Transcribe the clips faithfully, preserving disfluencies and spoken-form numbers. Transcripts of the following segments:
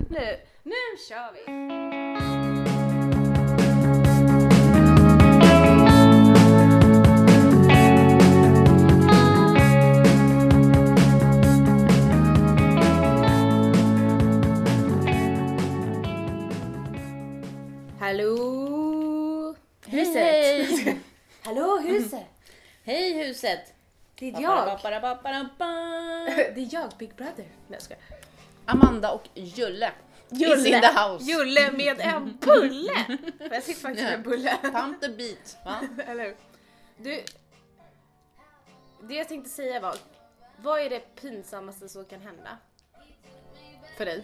Nu, nu kör vi! Hallå huset! Hej! Hallå huset! Hej huset! Det är jag! Ba-ba-da-ba-ba-da-ba. Det är jag, Big Brother. Nej, jag ska. Amanda och Julle. Is in the house. Julle med en bulle! För jag sitter faktiskt med en bulle. Pump the beat, va? Eller hur? Du, det jag tänkte säga var, vad är det pinsammaste som kan hända? För dig?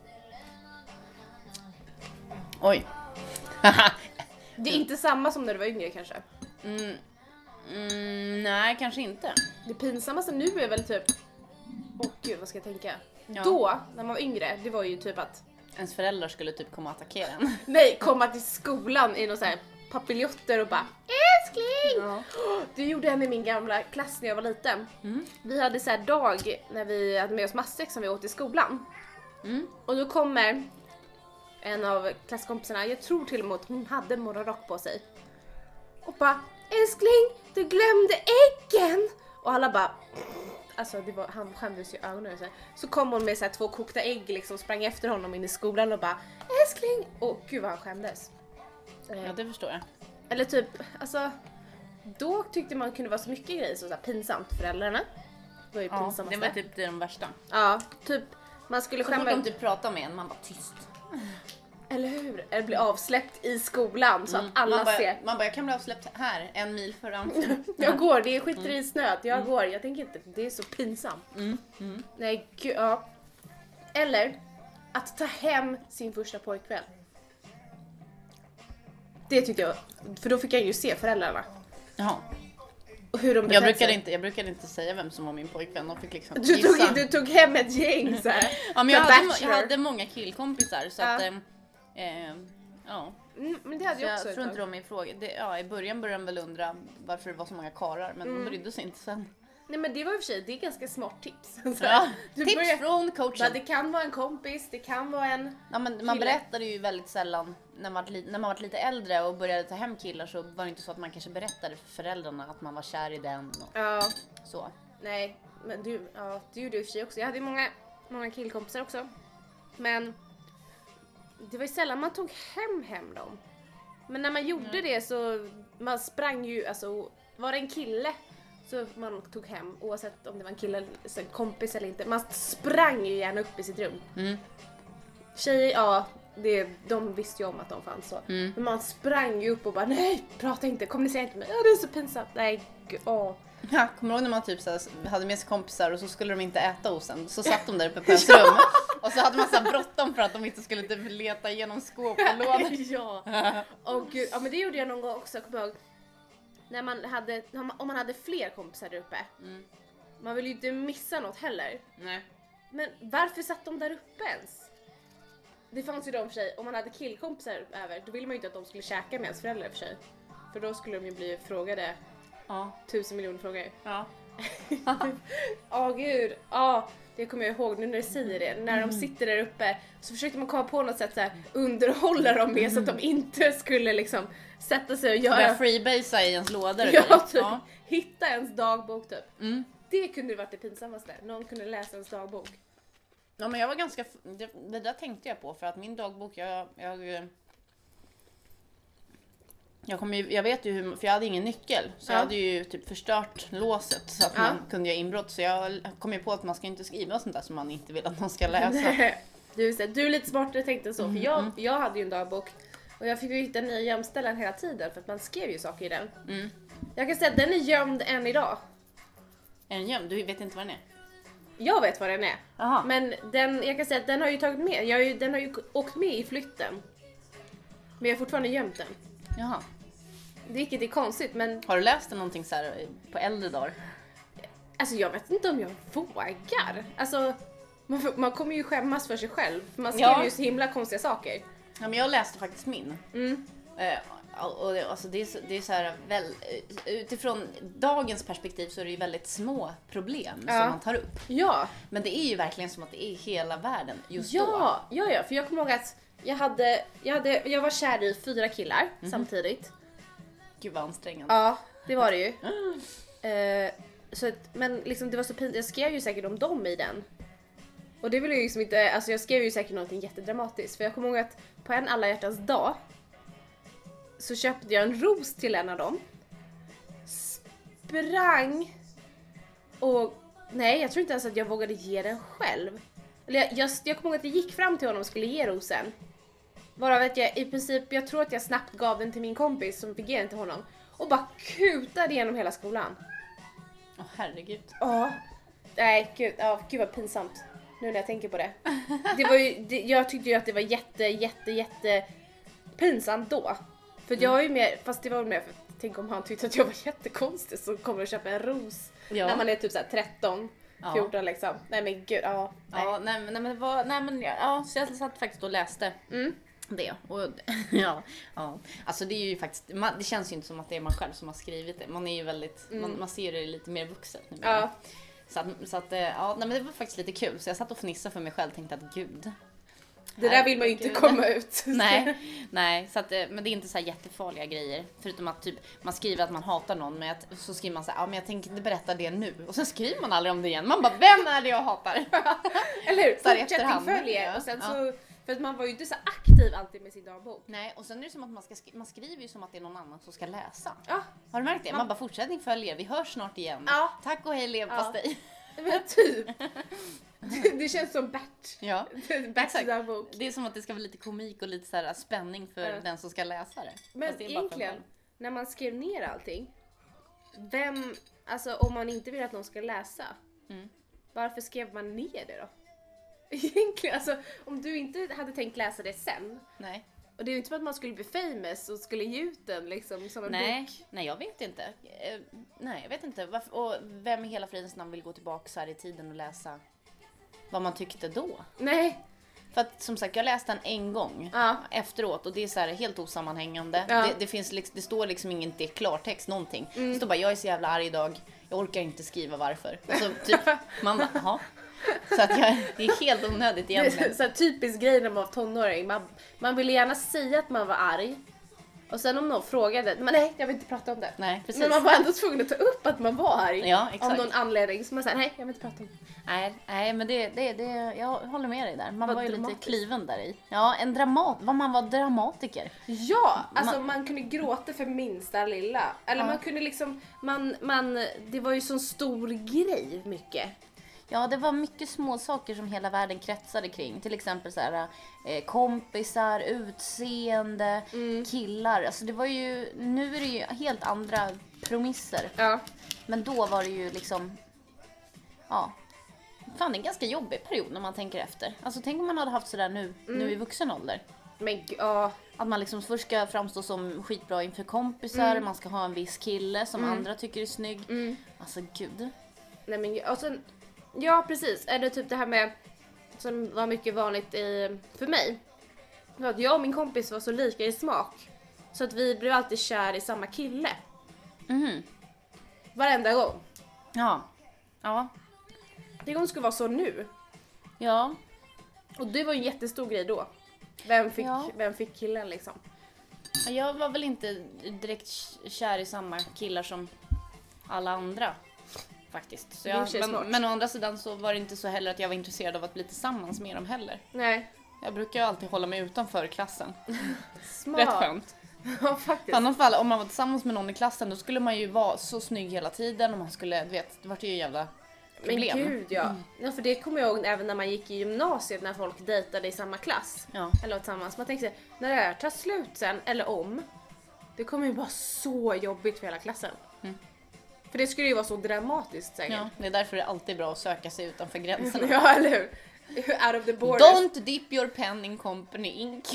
Oj. Det är inte samma som när du var yngre kanske. Mm. Mm, nej, kanske inte. Det pinsammaste nu är väl typ, åh gud vad ska jag tänka? Ja. Då, när man var yngre, det var ju typ att Ens föräldrar skulle typ komma och attackera en. nej, komma till skolan i någon så här papiljotter och bara älskling! Ja. Det gjorde en i min gamla klass när jag var liten. Mm. Vi hade så här dag när vi hade med oss matsäck som vi åt i skolan. Mm. Och då kommer en av klasskompisarna, jag tror till och med att hon hade morgonrock på sig. Och bara, älskling, du glömde äggen! Och alla bara, alltså det var, han skämdes ju i ögonen. Så, så kom hon med så här två kokta ägg liksom, sprang efter honom in i skolan och bara, älskling! Och gud vad han skämdes. Ja, det förstår jag. Eller typ, alltså, då tyckte man kunde vara så mycket grejer så, så här, pinsamt för föräldrarna. Det var ju Ja, pinsammaste. det var typ det de värsta. Ja, typ, man skulle Så fort skämma... de typ pratar med en, man bara tyst. Eller hur? Eller bli avsläppt i skolan så Mm. att alla man bara, ser. Man bara, jag kan bli avsläppt här, en mil framför. Jag går, det är skiter i snö. Jag mm. går, jag tänker inte, det är så pinsamt. Mm. Mm. Nej, gud, ja. Eller att ta hem sin första pojkvän. Det tyckte jag, för då fick jag ju se föräldrarna. Jaha. Och hur de Jag betedde brukade, sig. inte, jag brukade inte säga vem som var min pojkvän. De fick liksom Du gissa. tog, du tog hem ett gäng så här. Ja, men jag The hade, Bachelor. jag hade många killkompisar så Ja. att eh, eh, ja. Mm, men det hade Så jag jag också. tror ett inte tag. de är fråga. Det, ja, i början började de väl undra varför det var så många karar, men Mm. de brydde sig inte sen. Nej, men det var i och för sig, det är ganska smart tips. Så Ja. här, du Tips börjar- från Ja, coachen. det kan vara en kompis, det kan vara en... Ja, men man kille. berättade ju väldigt sällan när man, var li- när man var lite äldre och började ta hem killar, så var det inte så att man kanske berättade för föräldrarna att man var kär i den och Ja, så. nej, men du, ja, du gjorde ju för sig också. Jag hade ju många, många killkompisar också. Men det var ju sällan man tog hem hem dem. Men när man gjorde Mm. det så, man sprang ju, alltså, var det en kille så man tog hem, oavsett om det var en kille, alltså en kompis eller inte. Man sprang ju gärna upp i sitt rum. Mm. Tjejer, ja, det, de visste ju om att de fanns så. Mm. Men man sprang ju upp och bara, nej, prata inte, kommunicera inte med mig. Ja, det är så pinsamt. Nej, gud, åh. Ja, kommer du ihåg när man typ så här, hade med sig kompisar och så skulle de inte äta hos en, så satt de där uppe på ens rum och så hade man så här bråttom för att de inte skulle typ leta igenom skåp och lådor. Ja. Och gud, ja, men det gjorde jag någon gång också, kommer jag ihåg. När man hade, om man hade fler kompisar där uppe. Mm. Man vill ju inte missa något heller. Nej. Men varför satt de där uppe ens? Det fanns ju de för sig, om man hade killkompisar över, då ville man ju inte att de skulle käka med ens föräldrar för sig. För då skulle de ju bli frågade Ja. tusen miljoner frågor. Ja. Åh oh, gud, ja, det kommer jag ihåg nu när du säger det. När de sitter där uppe så försökte man komma på något sätt så här, underhålla dem med så att de inte skulle liksom sätta sig och Börja göra, freebasea i ens lådor. och ja, grejer. typ, Ja. hitta ens dagbok typ. Mm. Det kunde ju varit det pinsammaste. Någon kunde läsa ens dagbok. Ja, men jag var ganska, det, det där tänkte jag på för att min dagbok, jag, jag, jag, kom ju, jag vet ju hur, för jag hade ingen nyckel, så Ja. jag hade ju typ förstört låset så att Ja. man kunde göra inbrott, så jag kom ju på att man ska inte skriva sånt där som man inte vill att någon ska läsa. Du, är så- du är lite smartare tänkte än så, Mm, för jag, jag hade ju en dagbok och jag fick ju hitta nya gömställen hela tiden för att man skrev ju saker i den. Mm. Jag kan säga att den är gömd än idag. Är den gömd? Du vet inte vad den är? Jag vet vad den är. Jaha. Men den, jag kan säga att den har ju tagit med, jag har ju, den har ju åkt med i flytten. Men jag har fortfarande gömt den. Jaha. Vilket är konstigt, men Har du läst den någonting så här på äldre dagar? alltså jag vet inte om jag vågar. Alltså, man, får- man kommer ju skämmas för sig själv. För man skriver Ja. ju så himla konstiga saker. Ja, men jag läste faktiskt min. Mm. Eh, Och det, alltså det, är så, det är så här väl, utifrån dagens perspektiv så är det ju väldigt små problem ja. som man tar upp. Ja. Men det är ju verkligen som att det är hela världen just ja, då. Ja, ja, för jag kommer ihåg att jag hade, jag hade, jag var kär i fyra killar mm. samtidigt. Gud vad ansträngande. Ja, det var det ju. uh, så att, men liksom det var så pinsamt, jag skrev ju säkert om dem i den. Och det vill jag ju liksom inte, alltså jag skrev ju säkert någonting jättedramatiskt. För jag kommer ihåg att på en alla hjärtans dag så köpte jag en ros till en av dem. Sprang och nej, jag tror inte ens att jag vågade ge den själv. Eller jag, jag, jag kommer ihåg att jag gick fram till honom och skulle ge rosen. Bara vet jag i princip, jag tror att jag snabbt gav den till min kompis som fick ge den till honom. Och bara kutade genom hela skolan. Åh oh, herregud. Ja. Nej, gud, ja, gud vad pinsamt. Nu när jag tänker på det. Det var ju, det, jag tyckte ju att det var jätte, jätte, jätte pinsamt då. För jag var ju mer, fast det var mer för tänk om han tyckte att jag var jättekonstig så kommer och köpa en ros. Ja. När man är typ såhär tretton, fjorton ja. Liksom. Nej men gud, ja. Nej. Ja, nej, nej men det var, nej men ja, så jag satt faktiskt och läste. Mm. Det. Och, ja, ja. Alltså det är ju faktiskt, man, det känns ju inte som att det är man själv som har skrivit det. Man är ju väldigt, mm. man, man ser det lite mer vuxet nu. Ja. Så att, så att ja, nej, men det var faktiskt lite kul. Så jag satt och fnissade för mig själv och tänkte att gud. Det där vill man ju inte komma ut. Nej, nej så att, men det är inte så här jättefarliga grejer. Förutom att typ, man skriver att man hatar någon, men att, så skriver man så här, ja men jag tänker inte berätta det nu. Och sen skriver man aldrig om det igen. Man bara, vem är det jag hatar? Eller hur? Så här fortsättning följer. Och sen ja. Så, för att man var ju inte så aktiv alltid med sin dagbok. Nej, och sen är det som att man, ska skri- man skriver ju som att det är någon annan som ska läsa. Ja. Har du märkt det? Man, man bara, fortsättning följer, vi hörs snart igen. Ja. Tack och hej leverpastej. Ja. Men typ. Det känns som Bert. Ja, Berts dagbok. Det är som att det ska vara lite komik och lite så här spänning för ja. Den som ska läsa det. Men det egentligen, när man skrev ner allting, vem, alltså om man inte vill att någon ska läsa, mm. varför skrev man ner det då? Egentligen, alltså om du inte hade tänkt läsa det sen. Nej. Och det är ju inte som att man skulle bli famous och skulle ge ut den liksom som en nej, bok. Nej, jag vet inte. Eh, nej, jag vet inte. Varför, och vem i hela fridens namn vill gå tillbaka så här i tiden och läsa vad man tyckte då? Nej. För att som sagt, jag läste den en gång ja. Efteråt och det är så här helt osammanhängande. Ja. Det, det, finns, det står liksom ingen det klartext, någonting. Mm. Det står bara, jag är så jävla arg idag. Jag orkar inte skriva varför. Och så typ, man bara, jaha. Så att jag, det är helt onödigt egentligen. Det är så typisk grej när man var tonåring. Man, man ville gärna säga att man var arg. Och sen om någon frågade, men nej, jag vill inte prata om det. Nej, precis. Men man var ändå tvungen att ta upp att man var arg. Ja, exakt. Av någon anledning. Så man säger, nej, jag vill inte prata om det. Nej, nej men det, det, det, jag håller med dig där. Man var, var ju lite kliven där i. Ja, en dramat, vad man var dramatiker. Ja, alltså man, man kunde gråta för minsta lilla. Eller ja. Man kunde liksom, man, man, det var ju sån stor grej mycket. Ja, det var mycket små saker som hela världen kretsade kring. Till exempel så här, eh, kompisar, utseende, mm. killar. Alltså det var ju, nu är det ju helt andra promisser. Ja. Men då var det ju liksom, ja. Fan, det är en ganska jobbig period när man tänker efter. Alltså tänk om man hade haft sådär nu, mm. nu i vuxen ålder. Men ja. Att man liksom först ska framstå som skitbra inför kompisar. Mm. Man ska ha en viss kille som mm. andra tycker är snygg. Mm. Alltså gud. Nej men, och sen, ja, precis. Är det typ det här med som var mycket vanligt i, för mig. Att jag och min kompis var så lika i smak. Så att vi blev alltid kär i samma kille. Mm. Varenda gång. Ja. Ja. Det gång skulle vara så nu. Ja. Och det var en jättestor grej då. Vem fick, ja. vem fick killen liksom? Jag var väl inte direkt kär i samma killar som alla andra. Faktiskt. Så jag, men, men å andra sidan så var det inte så heller att jag var intresserad av att bli tillsammans med dem heller. Nej. Jag brukar ju alltid hålla mig utanför klassen. Smart. Rätt skönt. Ja, faktiskt. I annat fall, om man var tillsammans med någon i klassen, då skulle man ju vara så snygg hela tiden och man skulle, du vet, det var ju jävla problem. Men gud, ja. Mm. Ja, för det kommer jag ihåg även när man gick i gymnasiet när folk dejtade i samma klass. Ja. Eller tillsammans. Man tänkte, när det här tar slut sen, eller om, det kommer ju vara så jobbigt för hela klassen. Mm. För det skulle ju vara så dramatiskt säkert. Ja, det är därför det är alltid bra att söka sig utanför gränserna. Ja, eller hur? Out of the borders. Don't dip your pen in company ink.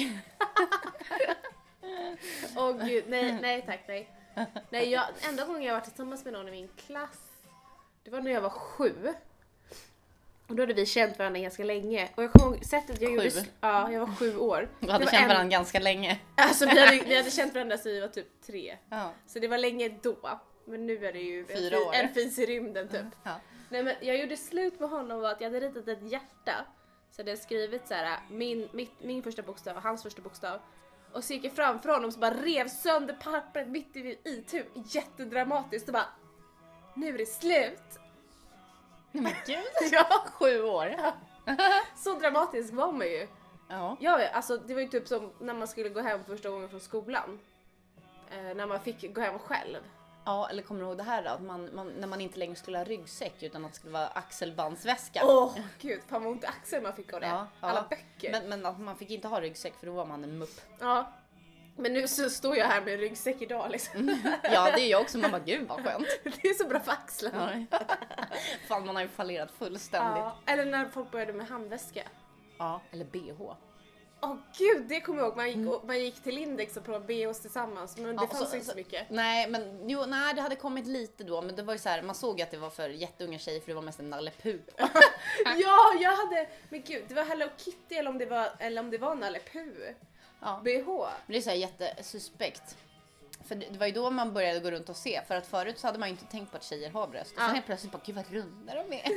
Åh oh, gud, nej, nej tack, nej. Nej, jag, enda gången jag var tillsammans med någon i min klass, det var när jag var sju. Och då hade vi känt varandra ganska länge. Och jag kommer ihåg sättet jag Sju. gjorde... Ja, jag var sju år. Du hade Det var känt en- varandra ganska länge. Alltså vi hade, vi hade känt varandra sedan vi var typ tre. Ja. Så det var länge då. Men nu är det ju Fyra en, år. fi- en fis i rymden typ. Ja. Nej men jag gjorde slut med honom och att jag hade ritat ett hjärta. Så hade jag skrivit så här min, mitt, min första bokstav och hans första bokstav. Och så gick jag framför honom och så bara rev sönder pappret mitt i itu. Jättedramatiskt och bara nu är det slut. Nej men gud. Ja, Sju år. så dramatisk var man ju. Ja. Ja, alltså det var ju typ som när man skulle gå hem första gången från skolan. Eh, när man fick gå hem själv. Ja, eller kommer du ihåg det här då? Att man, man, när man inte längre skulle ha ryggsäck utan att det skulle vara axelbandsväska. Åh oh, gud, fan vad ont i axeln man fick av det. Ja, ja. Alla böcker. Men, men att man fick inte ha ryggsäck för då var man en mupp. Ja. Men nu så står jag här med en ryggsäck idag liksom. Ja, det är jag också. Man bara, gud vad skönt. Det är så bra för axlarna. Ja. Fan, man har ju fallerat fullständigt. Ja. Eller när folk började med handväska. Ja, eller B H. Åh oh, gud, det kommer jag ihåg. Man gick, och, man gick till Lindex och provade B Hs tillsammans. Men det Ja, fanns så- inte så mycket. Nej, men jo, nej, det hade kommit lite då, men det var ju så här, man såg att det var för jätteunga tjejer för det var mest en Nalle Puh. Ja, jag hade... Men gud, det var Hello Kitty eller om det var, eller om det var Nalle Puh. Ja. B H. Men det är så här jättesuspekt. För det det var ju då man började gå runt och se, för att förut så hade man ju inte tänkt på att tjejer har bröst. Och sen Ja. helt plötsligt bara, gud vad runda de är.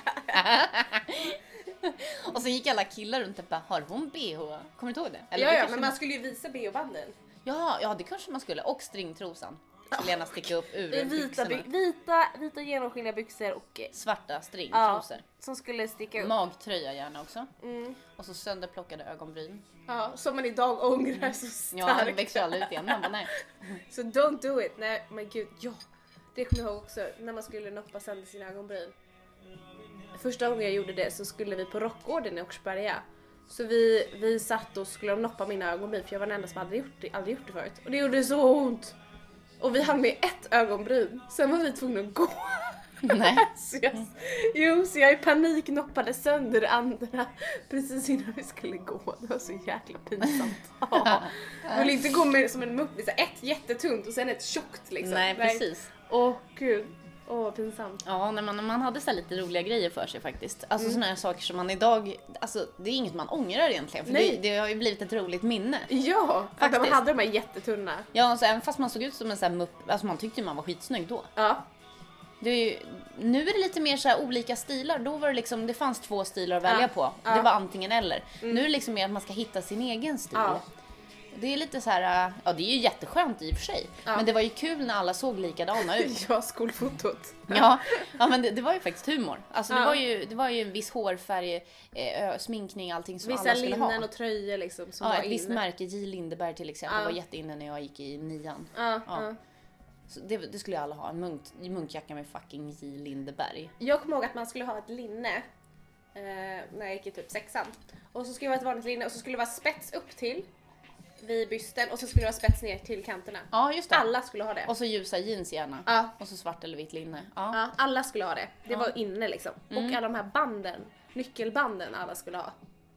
Och så gick alla killar runt och bara, har hon B H? Kommer du inte ihåg det? Eller Ja, det ja, kanske men man skulle ju visa B H-banden. Ja, ja, det kanske man skulle. Och stringtrosan. Skulle gärna sticka upp ur I vita, byxorna. by- vita, vita genomskinliga byxor och... eh, Svarta Ja, stringtrosor. som skulle sticka upp. Magtröja gärna också. Mm. Och så sönderplockade ögonbryn. Ja, som man idag ångrar så Ja, han starkt. växer aldrig ut igen. Man bara, nej. Så don't do it. Nej, men gud, ja. Det kommer jag ihåg också när man skulle noppa sönder sina ögonbryn. Första gången jag gjorde det så skulle vi på Rockgården i Åkersberga. Så vi, vi satt och skulle noppa mina ögonbryn för jag var den enda som hade gjort det, aldrig gjort det förut. Och det gjorde så ont. Och vi hann med ett ögonbryn. Sen var vi tvungna att gå. Nej. Så jag, jo, så jag i panik noppade sönder det andra precis innan vi skulle gå. Det var så jäkla pinsamt. Ja. Jag vill inte gå med som en mupp. Så ett jättetunt och sen ett tjockt liksom. Nej, precis. Åh gud. Åh, vad pinsamt. Ja, när man, man hade så här lite roliga grejer för sig faktiskt. Alltså såna här saker som man idag, alltså det är inget man ångrar egentligen. För Nej. det, det har ju blivit ett roligt minne. Ja, Faktiskt. faktiskt. De hade de här jättetunna. Ja, alltså, även fast man såg ut som en sån här mupp, alltså man tyckte ju man var skitsnygg då. Ja. Det är ju, nu är det lite mer så här olika stilar. Då var det liksom, det fanns två stilar att välja Ja, på. ja. Det var antingen eller. Nu är det liksom mer att man ska hitta sin egen stil. Ja. Det är lite så här, ja det är ju jätteskönt i och för sig. Ja. Men det var ju kul när alla såg likadana ut. Ja, skolfotot. Ja, ja men det, det var ju faktiskt humor. Alltså det, Ja. var ju, det var ju en viss hårfärg, eh, ö- sminkning, allting som Vissa alla skulle ha. linnen och tröjor liksom som Ja, var ett visst inne. märke, J. Lindeberg till exempel, Ja. var jätteinne när jag gick i nian. Ja, Ja. ja. Så det, det skulle alla ha, en munk, munkjacka med fucking J. Lindeberg. Jag kommer ihåg att man skulle ha ett linne eh, när jag gick i typ sexan. Och så skulle det vara ett vanligt linne och så skulle det vara spets upp till vid bysten och så skulle det vara spets ner till kanterna. Ja, just det. Alla skulle ha det. Och så ljusa jeans gärna. Ja. Och så svart eller vitt linne. Ja. Ja, alla skulle ha det. Det Ja. var inne liksom. Och alla de här banden, nyckelbanden alla skulle ha.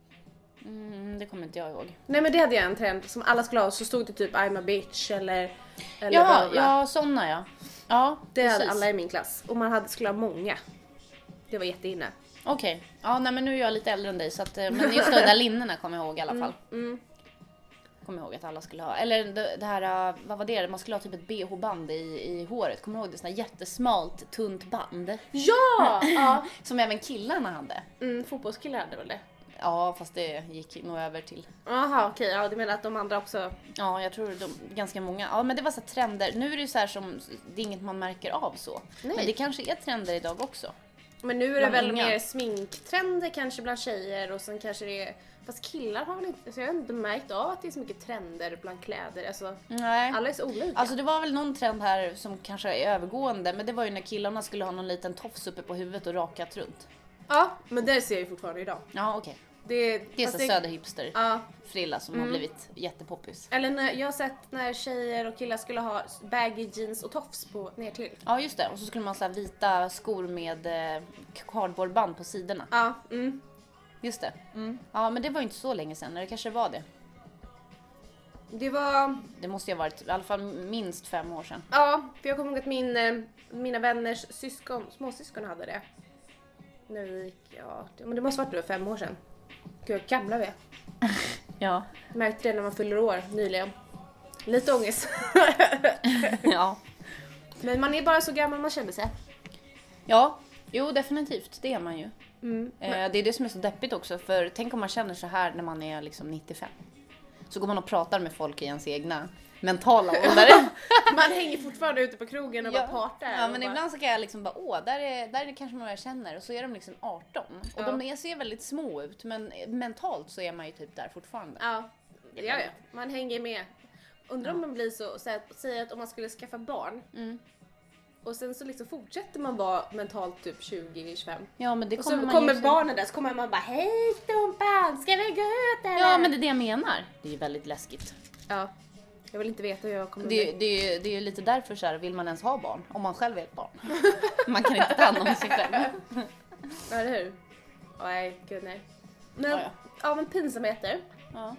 Mm, det kommer inte jag ihåg. Nej men det hade jag en trend som alla skulle ha så stod det typ I'm a bitch eller, eller Ja, bla, bla, bla. ja, såna ja. Ja, Det precis. hade alla i min klass. Och man hade, skulle ha många. Det var jätteinne. Okej. Ja, nej men nu är jag lite äldre än dig så att, eh, men just de där linnena kommer jag ihåg i alla fall. Mm. Kommer ihåg att alla skulle ha. Eller det, det här, uh, vad var det? Man skulle ha typ ett B H-band i, i håret. Kommer du ihåg det? Sånt här jättesmalt, tunt band. Ja! ja. Som även killarna hade. Mm, fotbollskillar hade väl det? Ja, fast det gick nog över till. Jaha, okej. Ja, du menar att de andra också... Ja, jag tror de, ganska många. Ja, men det var så här trender. Nu är det ju så här som, det är inget man märker av så. Nej. Men det kanske är trender idag också. Men nu är det Bland väl unga. mer sminktrender kanske bland tjejer och sen kanske det är... Fast killar har väl inte... Så jag har inte märkt av att det är så mycket trender bland kläder. Alltså, Nej. alla är så olika. Alltså det var väl någon trend här som kanske är övergående. Men det var ju när killarna skulle ha någon liten tofs uppe på huvudet och rakat runt. Ja, men det ser jag ju fortfarande idag. Ja, okej. Det, Det är fast så söderhipster Ja, frilla som har blivit jättepoppis. eller när, jag har sett när tjejer och killar skulle ha baggy jeans och tofs på ner till. Ja, just det. Och så skulle man ha vita skor med eh, cardboardband på sidorna. Ja, mm. Just det. Mm. Ja, men det var ju inte så länge sedan. Eller kanske var det. Det var... Det måste ju ha varit i alla fall minst fem år sedan. Ja, för jag kommer ihåg att min, eh, mina vänners syskon, småsyskon hade det. När vi gick, ja, det, men det måste varit över fem år sedan. Gud, vad gamla vi är. Ja. Märkte det när man fyller år nyligen. Lite ångest. Ja. Men man är bara så gammal man känner sig. Ja, jo definitivt, det är man ju. Mm. Eh, det är det som är så deppigt också, för tänk om man känner så här när man är liksom nittiofem. Så går man och pratar med folk i ens egna mentala ålder. Man hänger fortfarande ute på krogen och Ja. bara partar. Ja, och men bara... ibland så kan jag liksom bara, åh, där är, där är det kanske några jag känner. Och så är de liksom arton. Och Ja. de är, ser väldigt små ut, men mentalt så är man ju typ där fortfarande. Ja, ja, ja. Man hänger med. Undrar om man blir så, så att, säg att om man skulle skaffa barn. Mm. Och sen så liksom fortsätter man vara mentalt typ tjugo till tjugofem. Ja, men det Och kommer så man kommer ju... barnen där, så kommer man bara, hej Stumpan, ska vi gå ut eller? Ja, men det är det jag menar. Det är ju väldigt läskigt. Ja, jag vill inte veta hur jag kommer Det, bli. det, är ju- det är ju lite därför så här, vill man ens ha barn? Om man själv är ett barn. Man kan inte ta hand om sig själv. Ja, eller hur? Nej, gud nej. Men, Ja, ja, ja. men pinsamheter. Ja.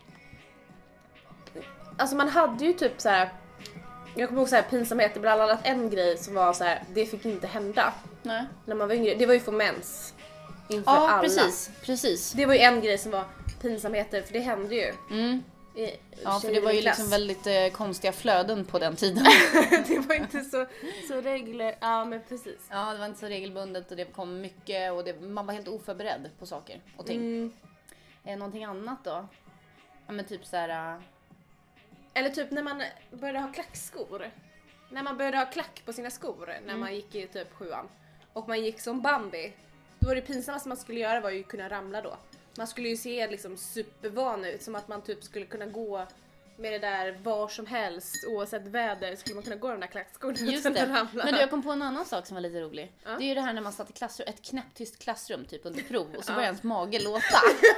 Alltså man hade ju typ så här. Jag kommer ihåg så här pinsamheter, bland annat en grej som var så här, det fick inte hända Nej. när man var yngre. Det var ju få mens inför Ja, alla. precis. Precis. Det var ju en grej som var pinsamheter, för det hände ju. Mm. I, Ja, för tjejer det var i ju klass. liksom väldigt eh, konstiga flöden på den tiden. Det var inte så, så regler. Ja, men precis. Ja, det var inte så regelbundet och det kom mycket och det, man var helt oförberedd på saker och ting. Mm. Eh, någonting annat då? Ja, men typ så här. Uh... Eller typ när man började ha klackskor. När man började ha klack på sina skor när Mm. man gick i typ sjuan. Och man gick som Bambi. Då var det pinsammaste man skulle göra var ju kunna ramla då. Man skulle ju se liksom supervan ut, som att man typ skulle kunna gå med det där var som helst, oavsett väder skulle man kunna gå de där klackskorna Just utan det. att ramla. Men du, jag kom på en annan sak som var lite rolig. Ja. Det är ju det här när man satt i klassrum, ett knäpptyst klassrum typ under prov och så Ja. börjar ens mage låta.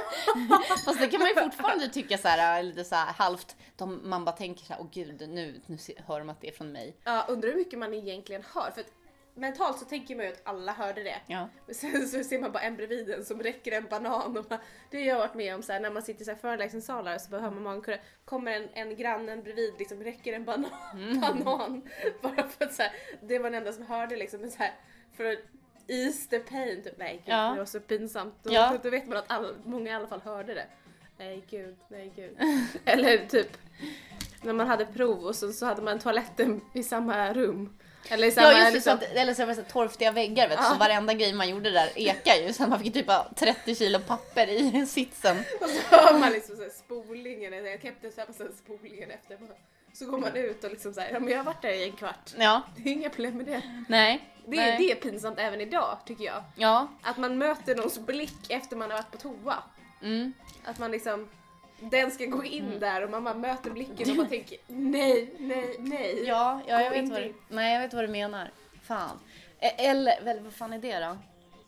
Fast det kan man ju fortfarande tycka så här lite så här halvt. De, man bara tänker så här, åh gud, nu, nu se- hör de att det är från mig. Ja, undrar hur mycket man egentligen hör. För att mentalt så tänker man ju att alla hörde det. Ja. Men sen så ser man bara en bredvid en som räcker en banan. Och bara, det har jag varit med om så här, när man sitter i så här föreläsningssalar så bara hör man magen, kommer en, en grannen bredvid liksom räcker en banan. Mm. banan bara för att så här, det var den enda som hörde liksom. Men så här, för att ease the pain. Typ, nej gud, Ja. det var så pinsamt. Då, Ja. då vet man att all, många i alla fall hörde det. Nej gud, nej gud. Eller typ när man hade prov och så, så hade man toaletten i samma rum. Eller i samma, Ja, just det, liksom, så att, eller så var det så här torftiga väggar, vet du, Ja. så varenda grej man gjorde där ekar ju. Så man fick typ ha trettio kilo papper i sitsen. och så hör man liksom så här spolingen, jag kepte så här på så här spolingen efter. Så går man ut och liksom så här, ja men jag har varit där i en kvart. Ja, Det är inga problem med det. nej. Det, nej. det är pinsamt även idag tycker jag. Ja, Att man möter någons blick efter man har varit på toa. mm. Att man liksom, den ska gå in där och man bara möter blicken och man tänker nej, nej, nej. Ja, ja jag Gå vet inte vad du, in. nej, jag vet vad du menar. Fan. E- Eller, väl, vad fan är det då?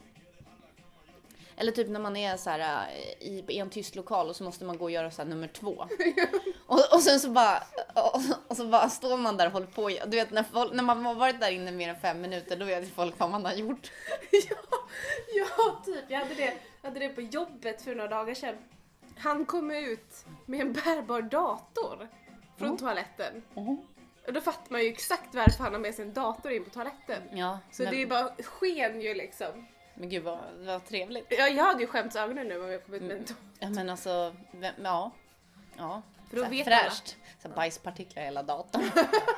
Eller typ när man är så här äh, i, i en tyst lokal och så måste man gå och göra så här nummer två. och, och sen så bara, och, och så bara står man där och håller på. Du vet, när, folk, när man har varit där inne mer än fem minuter, då vet folk vad man har gjort. ja, ja, typ. Jag hade, det, jag hade det på jobbet för några dagar sedan. Han kom ut med en bärbar dator från Mm. toaletten. Mm. Och då fattar man ju exakt varför han har med sig en dator in på toaletten. Ja, Så men, det är bara sken ju liksom. men gud vad, vad trevligt. Ja, jag hade ju skämts ögonen nu om jag kom ut med en dator. Ja men alltså, vem, ja. Ja, För då så här vet fräscht. Så här bajspartiklar i hela datorn.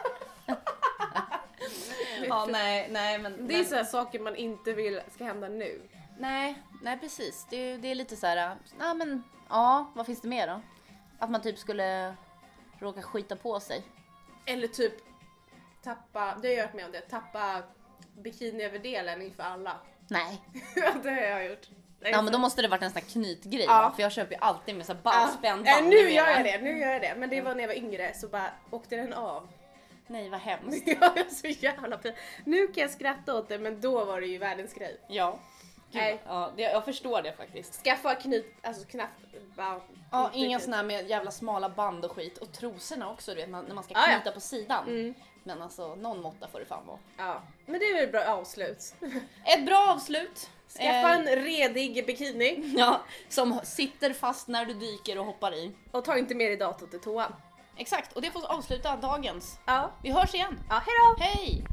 ja, nej, nej men... Det är så här saker man inte vill ska hända nu. Nej, nej precis. Det, är- det är lite så här, ja men, ja, vad finns det mer då? Att man typ skulle råka skita på sig. Eller typ tappa, det har jag gjort med om det, tappa bikiniöverdelen inför alla. Nej. Ja, det har jag gjort. Det är Ja så- men då måste det varit en sån här knytgrej Ja. va? För jag köper ju alltid med så här Ja. bandspänd Eh, band. nu numera. gör jag det, nu gör jag det. Men det var när jag var yngre så bara åkte den av. Nej vad hemskt. Ja, jag är så jävla pin. Nu kan jag skratta åt det, men då var det ju världens grej. Ja. Gud, Nej. ja det, jag förstår det faktiskt. Skaffa knyt, alltså knapp, bara, Ja, inte inga knyt. såna här med jävla smala band och skit. Och trosorna också, du vet, man, när man ska Ah, ja. knyta på sidan. Mm. Men alltså, någon måtta får det fan vara. Ja, men det är väl ett bra avslut. Ett bra avslut. Skaffa Eh, en redig bikini Ja, som sitter fast när du dyker och hoppar i. och ta inte med dig datorn till toan. Exakt, och det får avsluta dagens. Ja, Vi hörs igen. ja hejdå! Hej!